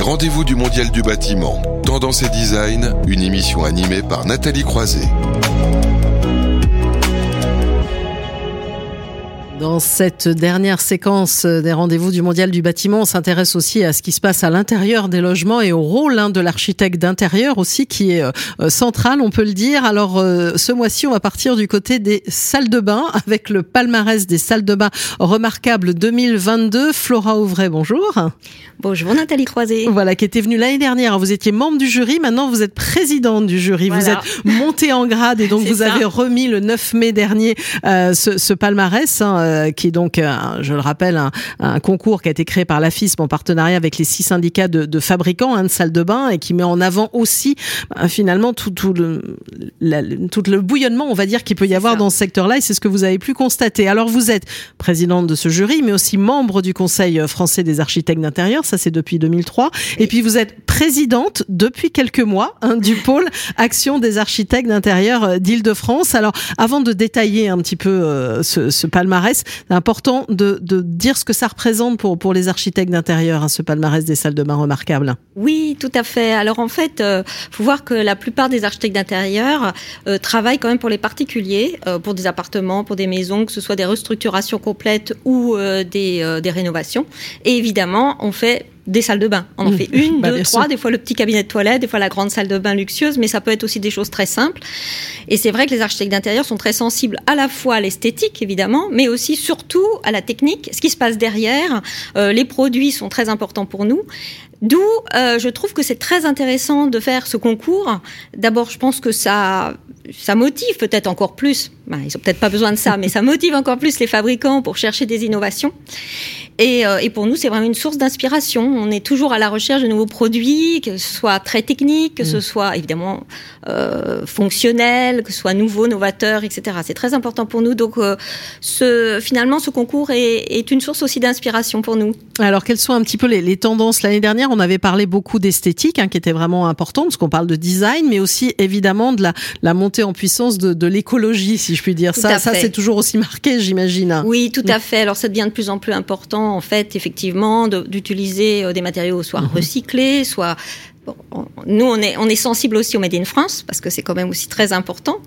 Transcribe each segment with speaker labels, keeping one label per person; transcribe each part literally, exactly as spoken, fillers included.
Speaker 1: rendez-vous du Mondial du bâtiment. Tendance et design, une émission animée par Nathalie Croiset.
Speaker 2: Dans cette dernière séquence des rendez-vous du Mondial du bâtiment, on s'intéresse aussi à ce qui se passe à l'intérieur des logements et au rôle hein, de l'architecte d'intérieur aussi qui est euh, central, on peut le dire. Alors euh, ce mois-ci, on va partir du côté des salles de bain avec le palmarès des salles de bain remarquables deux mille vingt-deux. Flora Auvray, bonjour.
Speaker 3: Bonjour Nathalie Croiset.
Speaker 2: Voilà, qui était venue l'année dernière. Vous étiez membre du jury, maintenant vous êtes présidente du jury.
Speaker 3: Voilà.
Speaker 2: Vous êtes montée en grade et donc vous
Speaker 3: ça.
Speaker 2: avez remis le neuf mai dernier euh, ce, ce palmarès. Hein, euh, qui est donc, euh, je le rappelle, un, un concours qui a été créé par l'A F I S M en partenariat avec les six syndicats de, de fabricants hein, de salles de bain et qui met en avant aussi bah, finalement tout, tout, le, la, tout le bouillonnement, on va dire, qu'il peut y avoir ça. Dans ce secteur-là et c'est ce que vous avez pu constater. Alors vous êtes présidente de ce jury, mais aussi membre du Conseil français des architectes d'intérieur, ça c'est depuis deux mille trois, oui. Et puis vous êtes présidente depuis quelques mois hein, du pôle Action des architectes d'intérieur d'Île-de-France. Alors avant de détailler un petit peu euh, ce, ce palmarès, c'est important de, de dire ce que ça représente pour, pour les architectes d'intérieur, hein, ce palmarès des salles de bain remarquables.
Speaker 3: Oui, tout à fait. Alors en fait, euh, faut voir que la plupart des architectes d'intérieur euh, travaillent quand même pour les particuliers, euh, pour des appartements, pour des maisons, que ce soit des restructurations complètes ou euh, des, euh, des rénovations. Et évidemment, on fait des salles de bain. On en mmh. fait une, bah, deux, trois, sûr. Des fois le petit cabinet de toilette, des fois la grande salle de bain luxueuse, mais ça peut être aussi des choses très simples. Et c'est vrai que les architectes d'intérieur sont très sensibles à la fois à l'esthétique, évidemment, mais aussi, surtout, à la technique, ce qui se passe derrière. Euh, les produits sont très importants pour nous. D'où, euh, je trouve que c'est très intéressant de faire ce concours. D'abord, je pense que ça, ça motive peut-être encore plus. Ben, ils ont peut-être pas besoin de ça, mais ça motive encore plus les fabricants pour chercher des innovations. Et, euh, et pour nous, c'est vraiment une source d'inspiration. On est toujours à la recherche de nouveaux produits, que ce soit très technique, que mmh. ce soit évidemment euh, fonctionnel, que ce soit nouveau, novateur, et cetera. C'est très important pour nous. Donc, euh, ce, finalement, ce concours est, est une source aussi d'inspiration pour nous.
Speaker 2: Alors, quelles sont un petit peu les, les tendances? L'année dernière, on avait parlé beaucoup d'esthétique, hein, qui était vraiment important, parce qu'on parle de design, mais aussi évidemment de la, la montée en puissance de, de l'écologie, si je puis dire. Tout ça, ça c'est toujours aussi marqué, j'imagine.
Speaker 3: Oui, tout à fait. Alors, ça devient de plus en plus important. En fait, effectivement, de, d'utiliser des matériaux soit mmh. recyclés, soit... Bon, on, nous, on est, on est sensible aussi au Made in France, parce que c'est quand même aussi très important.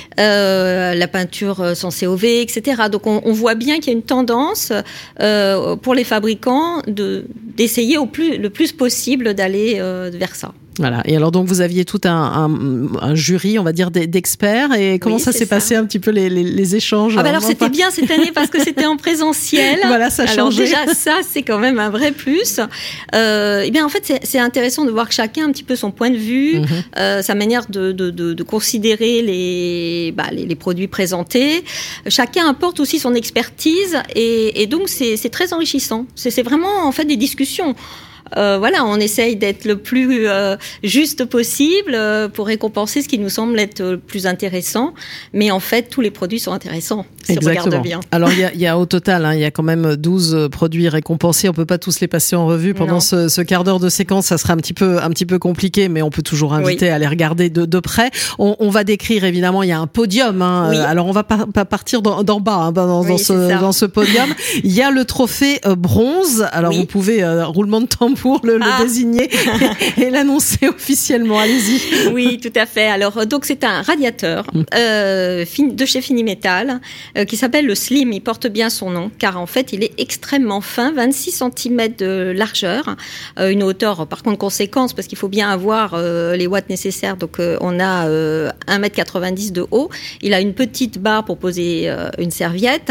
Speaker 3: Euh, la peinture sans C O V, et cetera. Donc, on, on voit bien qu'il y a une tendance euh, pour les fabricants de, d'essayer au plus, le plus possible d'aller euh, vers ça.
Speaker 2: Voilà. Et alors donc vous aviez tout un, un, un jury, on va dire, d'experts. Et comment oui, ça s'est ça. passé un petit peu les, les, les échanges?
Speaker 3: Ah bah alors c'était pas... bien cette année parce que c'était en présentiel.
Speaker 2: Voilà, ça a
Speaker 3: alors
Speaker 2: changé.
Speaker 3: déjà ça c'est quand même un vrai plus. Euh, et bien en fait c'est, c'est intéressant de voir que chacun a un petit peu son point de vue, mm-hmm. euh, sa manière de, de, de, de considérer les, bah, les, les produits présentés. Chacun apporte aussi son expertise et, et donc c'est, c'est très enrichissant. C'est, c'est vraiment en fait des discussions. Euh, voilà, on essaye d'être le plus euh, juste possible euh, pour récompenser ce qui nous semble être le plus intéressant. Mais en fait, tous les produits sont intéressants, si
Speaker 2: Exactement.
Speaker 3: on regarde bien.
Speaker 2: Alors, il y a, y a au total, hein, il y a quand même douze produits récompensés. On peut pas tous les passer en revue pendant ce, ce quart d'heure de séquence. Ça sera un petit peu, un petit peu compliqué, mais on peut toujours inviter oui. à les regarder de, de près. On, on va décrire, évidemment, il y a un podium. Hein. Oui. Alors, on va pas, pas partir d'en, d'en bas, hein, dans, oui, dans, ce, dans ce podium. Il y a le trophée euh, bronze. Alors, oui. vous pouvez, euh, roulement de tambour, pour le, ah. le désigner et, et l'annoncer officiellement. Allez-y.
Speaker 3: Oui, tout à fait. Alors, donc, c'est un radiateur euh, de chez Finimetal euh, qui s'appelle le Slim. Il porte bien son nom, car en fait, il est extrêmement fin, vingt-six centimètres de largeur, euh, une hauteur, par contre, conséquente, parce qu'il faut bien avoir euh, les watts nécessaires. Donc, euh, on a euh, un mètre quatre-vingt-dix de haut. Il a une petite barre pour poser euh, une serviette.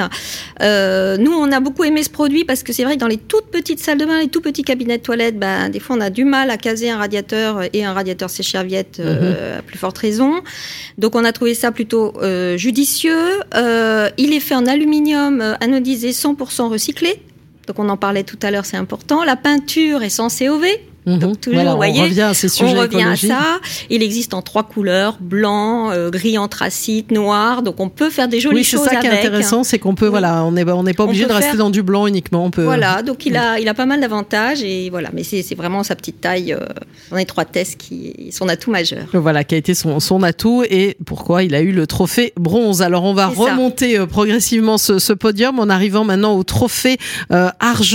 Speaker 3: Euh, nous, on a beaucoup aimé ce produit parce que c'est vrai que dans les toutes petites salles de bain, les tout petits cabinets de toilette, ben, des fois, on a du mal à caser un radiateur et un radiateur sèche-serviette euh, mmh. à plus forte raison. Donc, on a trouvé ça plutôt euh, judicieux. Euh, il est fait en aluminium anodisé cent pour cent recyclé. Donc, on en parlait tout à l'heure, c'est important. La peinture est sans C O V.
Speaker 2: Mmh,
Speaker 3: Donc toujours,
Speaker 2: voilà,
Speaker 3: vous voyez,
Speaker 2: on revient à ces sujets
Speaker 3: on revient à
Speaker 2: écologiques.
Speaker 3: ça. Il existe en trois couleurs, blanc, euh, gris anthracite, noir. Donc on peut faire des jolies
Speaker 2: oui,
Speaker 3: choses avec.
Speaker 2: Oui, c'est ça qui est intéressant, c'est qu'on peut, oui. voilà, on n'est on n'est pas obligé de rester faire... dans du blanc uniquement. On peut.
Speaker 3: Voilà, donc il a, il a pas mal d'avantages et voilà, mais c'est, c'est vraiment sa petite taille euh, en étroitesse qui est son atout majeur.
Speaker 2: Voilà, qui a été son, son atout et pourquoi il a eu le trophée bronze. Alors on va c'est remonter euh, progressivement ce, ce podium en arrivant maintenant au trophée euh, argent.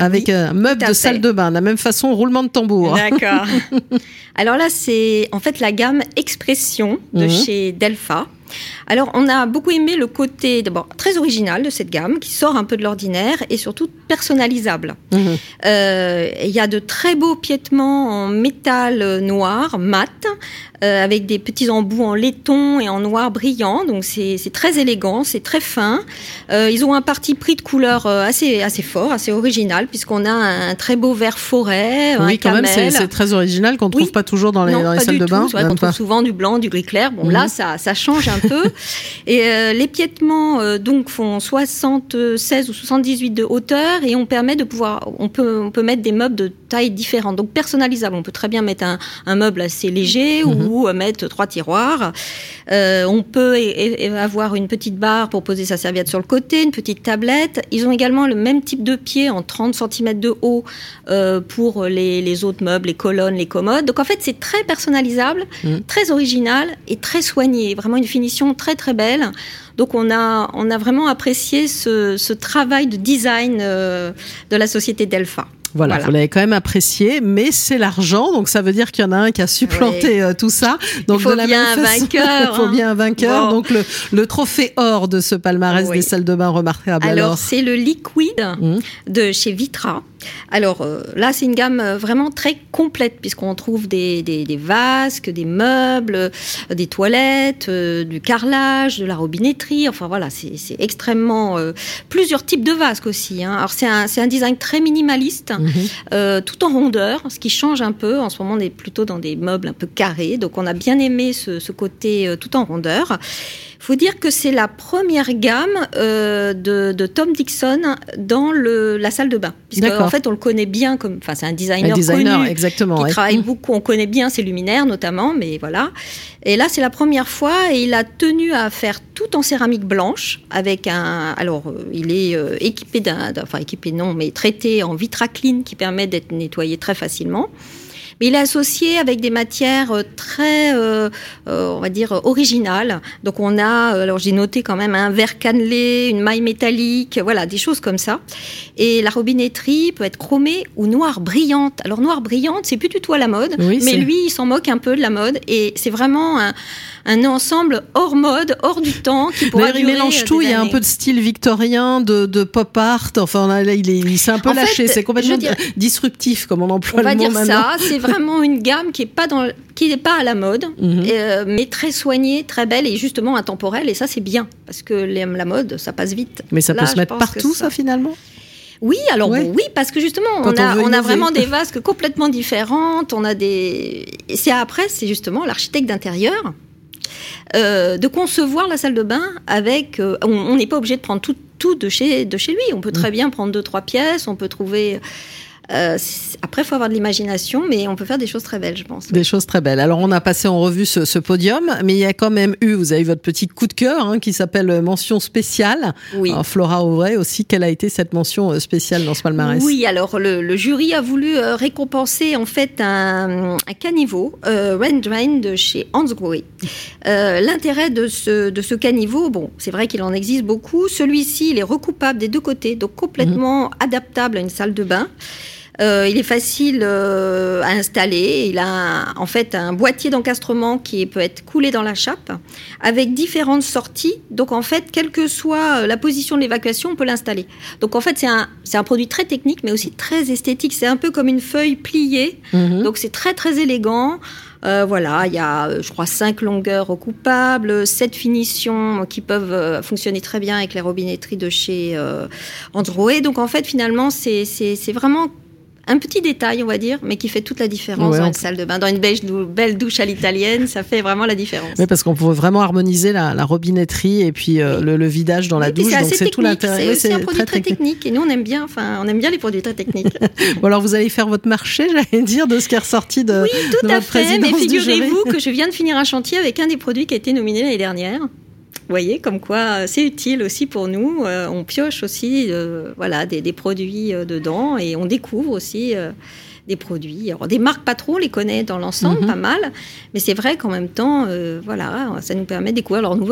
Speaker 2: Avec
Speaker 3: Oui,
Speaker 2: un meuble de
Speaker 3: fait.
Speaker 2: salle de bain, de la même façon, roulement de tambour.
Speaker 3: D'accord. Alors là, c'est en fait la gamme Expression de mmh. chez Delpha. Alors, on a beaucoup aimé le côté, d'abord, très original de cette gamme, qui sort un peu de l'ordinaire et surtout personnalisable. Mmh. Euh, il y a de très beaux piétements en métal noir, mat, euh, avec des petits embouts en laiton et en noir brillant. Donc, c'est, c'est très élégant, c'est très fin. Euh, ils ont un parti pris de couleurs assez, assez fort, assez original, puisqu'on a un très beau vert forêt,
Speaker 2: oui,
Speaker 3: un
Speaker 2: quand
Speaker 3: camel.
Speaker 2: même, c'est, c'est très original, qu'on ne trouve
Speaker 3: oui.
Speaker 2: pas toujours dans les,
Speaker 3: non,
Speaker 2: dans les salles de bain.
Speaker 3: C'est vrai qu'on trouve souvent du blanc, du gris clair. Bon, mmh. là, ça, ça change un peu. Et euh, les piétements euh, donc font soixante-seize ou soixante-dix-huit de hauteur et on permet de pouvoir, on peut, on peut mettre des meubles de taille différente, donc personnalisables. On peut très bien mettre un, un meuble assez léger mmh. ou euh, mettre trois tiroirs. Euh, on peut et, et avoir une petite barre pour poser sa serviette sur le côté, une petite tablette. Ils ont également le même type de pied en trente centimètres de haut euh, pour les, les autres meubles, les colonnes, les commodes. Donc en fait, c'est très personnalisable, mmh. très original et très soigné. Vraiment une finition très très belle. Donc on a, on a vraiment apprécié ce, ce travail de design euh, de la société Delpha.
Speaker 2: Voilà, voilà, vous l'avez quand même apprécié, mais c'est l'argent, donc ça veut dire qu'il y en a un qui a supplanté oui. euh, tout ça. Donc
Speaker 3: il faut
Speaker 2: de la
Speaker 3: bien
Speaker 2: même
Speaker 3: un
Speaker 2: façon,
Speaker 3: vainqueur.
Speaker 2: Il faut bien un vainqueur.
Speaker 3: Bon.
Speaker 2: Donc le, le trophée or de ce palmarès oui. des salles de bain remarquables.
Speaker 3: Alors,
Speaker 2: alors.
Speaker 3: c'est le Liquid mmh. de chez Vitra. Alors euh, là, c'est une gamme vraiment très complète puisqu'on trouve des, des, des vasques, des meubles, euh, des toilettes, euh, du carrelage, de la robinetterie. Enfin voilà, c'est, c'est extrêmement... Euh, plusieurs types de vasques aussi. Hein. Alors c'est un, c'est un design très minimaliste, mmh. euh, tout en rondeur, ce qui change un peu. En ce moment, on est plutôt dans des meubles un peu carrés. Donc on a bien aimé ce, ce côté euh, tout en rondeur. Il faut dire que c'est la première gamme euh, de, de Tom Dixon dans le, la salle de bain. Puisque, en fait, on le connaît bien comme... Enfin, c'est un designer, un designer connu
Speaker 2: exactement,
Speaker 3: qui
Speaker 2: ouais.
Speaker 3: travaille beaucoup. On connaît bien ses luminaires, notamment, mais voilà. Et là, c'est la première fois et il a tenu à faire tout en céramique blanche avec un... Alors, euh, il est euh, équipé d'un... Enfin, équipé non, mais traité en Vitraclean qui permet d'être nettoyé très facilement. Mais il est associé avec des matières très, euh, euh, on va dire, originales. Donc on a, alors j'ai noté quand même un verre cannelé, une maille métallique, voilà, des choses comme ça. Et la robinetterie peut être chromée ou noire brillante. Alors noire brillante, c'est plus du tout à la mode, oui, mais c'est... lui, il s'en moque un peu de la mode. Et c'est vraiment un, un ensemble hors mode, hors du temps, qui pourra
Speaker 2: D'ailleurs,
Speaker 3: durer
Speaker 2: il mélange tout. Il y a un peu de style victorien, de, de pop art. Enfin, là, il, est, il s'est un peu en lâché. Fait, c'est complètement dirais, disruptif, comme on emploie
Speaker 3: on
Speaker 2: le mot
Speaker 3: maintenant. On va dire
Speaker 2: maintenant.
Speaker 3: ça. C'est vraiment une gamme qui est pas dans, qui n'est pas à la mode, mm-hmm. euh, mais très soignée, très belle et justement intemporelle. Et ça, c'est bien parce que les, la mode, ça passe vite.
Speaker 2: Mais ça
Speaker 3: là,
Speaker 2: peut se mettre partout, ça, ça finalement.
Speaker 3: Oui, alors ouais. bon, oui, parce que justement,
Speaker 2: Quand
Speaker 3: on a,
Speaker 2: on,
Speaker 3: on a vraiment des vasques complètement différentes. On a des. Et c'est après, c'est justement l'architecte d'intérieur. Euh, de concevoir la salle de bain avec... Euh, on n'est pas obligé de prendre tout, tout de, chez, de chez lui. On peut très bien prendre deux, trois pièces. On peut trouver... Euh, après, il faut avoir de l'imagination, mais on peut faire des choses très belles, je pense.
Speaker 2: Des choses très belles. Alors, on a passé en revue ce, ce podium, mais il y a quand même eu, vous avez eu votre petit coup de cœur hein, qui s'appelle mention spéciale.
Speaker 3: Oui.
Speaker 2: Alors, Flora Auvray aussi, quelle a été cette mention spéciale dans ce palmarès ?
Speaker 3: Oui, alors le, le jury a voulu euh, récompenser en fait un, un caniveau euh, Rain Drain de chez Hansgrohe. Euh, l'intérêt de ce, de ce caniveau, bon, c'est vrai qu'il en existe beaucoup. Celui-ci, il est recoupable des deux côtés, donc complètement mmh. adaptable à une salle de bain. Euh, il est facile euh, à installer. Il a un, en fait un boîtier d'encastrement qui peut être coulé dans la chape avec différentes sorties. Donc en fait, quelle que soit la position de l'évacuation, on peut l'installer. Donc en fait, c'est un, c'est un produit très technique, mais aussi très esthétique. C'est un peu comme une feuille pliée. Mmh. Donc c'est très très élégant. Euh, voilà, il y a, je crois, cinq longueurs recoupables, sept finitions qui peuvent euh, fonctionner très bien avec les robinetteries de chez euh, Hansgrohe. Donc en fait, finalement, c'est, c'est, c'est vraiment un petit détail, on va dire, mais qui fait toute la différence ouais, dans une peut... salle de bain. Dans une belle, belle douche à l'italienne, ça fait vraiment la différence.
Speaker 2: Oui, parce qu'on peut vraiment harmoniser la, la robinetterie et puis euh, oui. le, le vidage dans la
Speaker 3: oui,
Speaker 2: douche.
Speaker 3: C'est
Speaker 2: donc
Speaker 3: assez
Speaker 2: c'est
Speaker 3: technique.
Speaker 2: Tout l'intérêt.
Speaker 3: C'est
Speaker 2: oui,
Speaker 3: aussi
Speaker 2: c'est
Speaker 3: un produit très, très
Speaker 2: technique.
Speaker 3: technique. Et nous, on aime bien, enfin, on aime bien les produits très techniques.
Speaker 2: Bon, alors vous allez faire votre marché, j'allais dire, de ce qui est ressorti de
Speaker 3: Oui, tout
Speaker 2: de
Speaker 3: à
Speaker 2: votre
Speaker 3: fait. Mais figurez-vous
Speaker 2: que
Speaker 3: je viens de finir un chantier avec un des produits qui a été nominé l'année dernière. Vous voyez, comme quoi c'est utile aussi pour nous. Euh, on pioche aussi euh, voilà, des, des produits euh, dedans et on découvre aussi euh, des produits. Alors, des marques pas trop, on les connaît dans l'ensemble, mm-hmm. pas mal. Mais c'est vrai qu'en même temps, euh, voilà, ça nous permet de découvrir leurs nouveautés.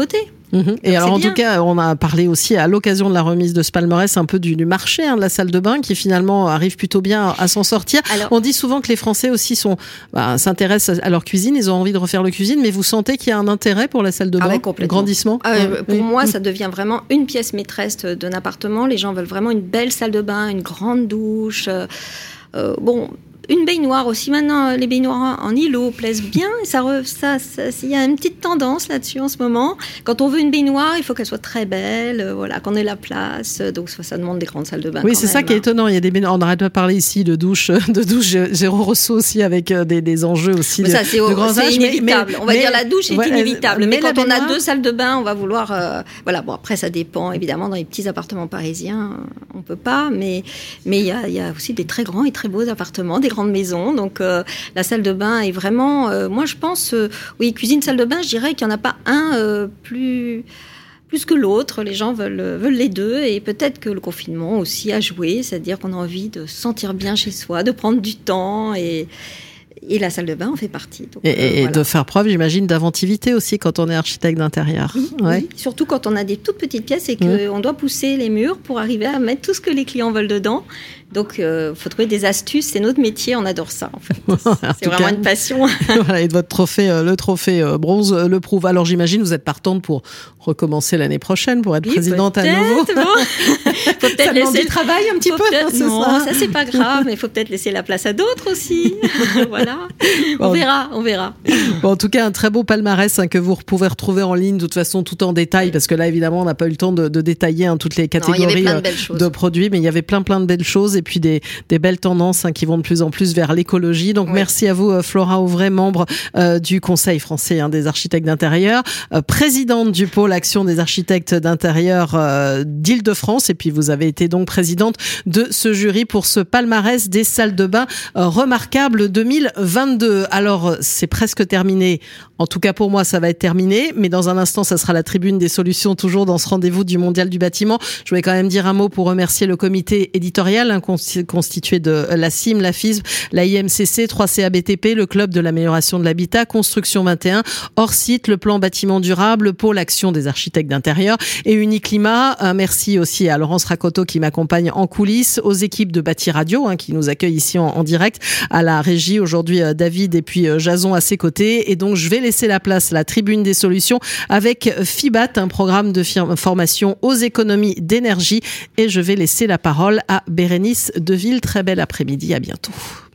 Speaker 2: Mmh. Et alors, en bien. tout cas, on a parlé aussi à l'occasion de la remise de ce palmarès un peu du, du marché hein, de la salle de bain qui finalement arrive plutôt bien à s'en sortir. Alors, on dit souvent que les Français aussi sont, bah, s'intéressent à leur cuisine, ils ont envie de refaire leur cuisine, mais vous sentez qu'il y a un intérêt pour la salle de bain,
Speaker 3: ah ouais, complètement.
Speaker 2: grandissement
Speaker 3: euh, Pour
Speaker 2: oui.
Speaker 3: moi, ça devient vraiment une pièce maîtresse d'un appartement. Les gens veulent vraiment une belle salle de bain, une grande douche. Euh, euh, bon... Une baignoire aussi. Maintenant, les baignoires en îlot plaisent bien. Ça, ça, ça, il y a une petite tendance là-dessus en ce moment. Quand on veut une baignoire, il faut qu'elle soit très belle, euh, voilà, qu'on ait la place. Donc, ça, ça demande des grandes salles de bain.
Speaker 2: Oui, c'est ça qui est étonnant. Il y a des baignoires. On n'arrête pas de parler ici de douche, de douche Géraud Rousseau aussi avec des, des enjeux aussi.
Speaker 3: Mais
Speaker 2: de,
Speaker 3: ça, c'est,
Speaker 2: de grands âges.
Speaker 3: inévitable.
Speaker 2: Mais,
Speaker 3: on va
Speaker 2: mais,
Speaker 3: dire la douche est ouais, inévitable. Mais, mais quand on a deux salles de bain, on va vouloir. Euh, voilà. Bon, après, ça dépend. Évidemment, dans les petits appartements parisiens, on peut pas. Mais mais il y a, il y a aussi des très grands et très beaux appartements, des grandes maisons. Donc Euh, la salle de bain est vraiment, euh, moi je pense, euh, oui, cuisine, salle de bain, je dirais qu'il n'y en a pas un euh, plus, plus que l'autre. Les gens veulent, veulent les deux et peut-être que le confinement aussi a joué, c'est-à-dire qu'on a envie de se sentir bien chez soi, de prendre du temps et... Et la salle de bain en fait partie. Donc,
Speaker 2: et
Speaker 3: euh,
Speaker 2: et
Speaker 3: voilà.
Speaker 2: de faire preuve, j'imagine, d'inventivité aussi quand on est architecte d'intérieur.
Speaker 3: Oui,
Speaker 2: ouais.
Speaker 3: oui, surtout quand on a des toutes petites pièces et qu'on mmh. doit pousser les murs pour arriver à mettre tout ce que les clients veulent dedans. Donc, il euh, faut trouver des astuces. C'est notre métier, on adore ça, en fait. C'est vraiment cas, une passion.
Speaker 2: Voilà, et votre trophée, euh, le trophée euh, bronze euh, le prouve. Alors, j'imagine, vous êtes partante pour recommencer l'année prochaine, pour être oui, présidente à nouveau.
Speaker 3: Bon. Faut peut-être
Speaker 2: ça laisser... du travail un petit peu.
Speaker 3: Non, ça, ça c'est pas grave, mais il faut peut-être laisser la place à d'autres aussi. Voilà. On bon. verra, on verra.
Speaker 2: Bon, en tout cas, un très beau palmarès hein, que vous pouvez retrouver en ligne, de toute façon, tout en détail, parce que là, évidemment, on n'a pas eu le temps de, de détailler hein, toutes les catégories
Speaker 3: non, de,
Speaker 2: euh, de produits, mais il y avait plein, plein de belles choses et puis des, des belles tendances hein, qui vont de plus en plus vers l'écologie. Donc, oui. merci à vous, Flora Auvray, membre euh, du Conseil français hein, des architectes d'intérieur, euh, présidente du pôle Action des architectes d'intérieur euh, d'Île-de-France, et puis vous avez été donc présidente de ce jury pour ce palmarès des salles de bain euh, remarquables deux mille vingt-deux. Alors, c'est presque terminé. En tout cas, pour moi, ça va être terminé. Mais dans un instant, ça sera la tribune des solutions, toujours dans ce rendez-vous du Mondial du bâtiment. Je voulais quand même dire un mot pour remercier le comité éditorial hein, constitué de la C I M, la F I S B, la I M C C, trois C A B T P, le Club de l'amélioration de l'habitat, Construction vingt et un, Hors-Site, le plan bâtiment durable, le pôle Action des architectes d'intérieur et Uniclimat. Un merci aussi à Laurence Racoteau qui m'accompagne en coulisses, aux équipes de Bâti Radio hein, qui nous accueillent ici en, en direct, à la régie aujourd'hui euh, David et puis euh, Jason à ses côtés. Et donc, je vais laisser la place à la tribune des solutions avec FIBAT, un programme de formation aux économies d'énergie. Et je vais laisser la parole à Bérénice Deville. Très bel après-midi, à bientôt.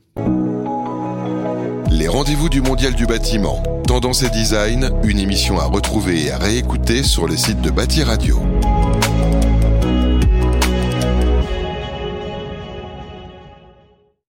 Speaker 1: Les rendez-vous du Mondial du bâtiment, Tendance et Design, une émission à retrouver et à réécouter sur le site de Bâti Radio.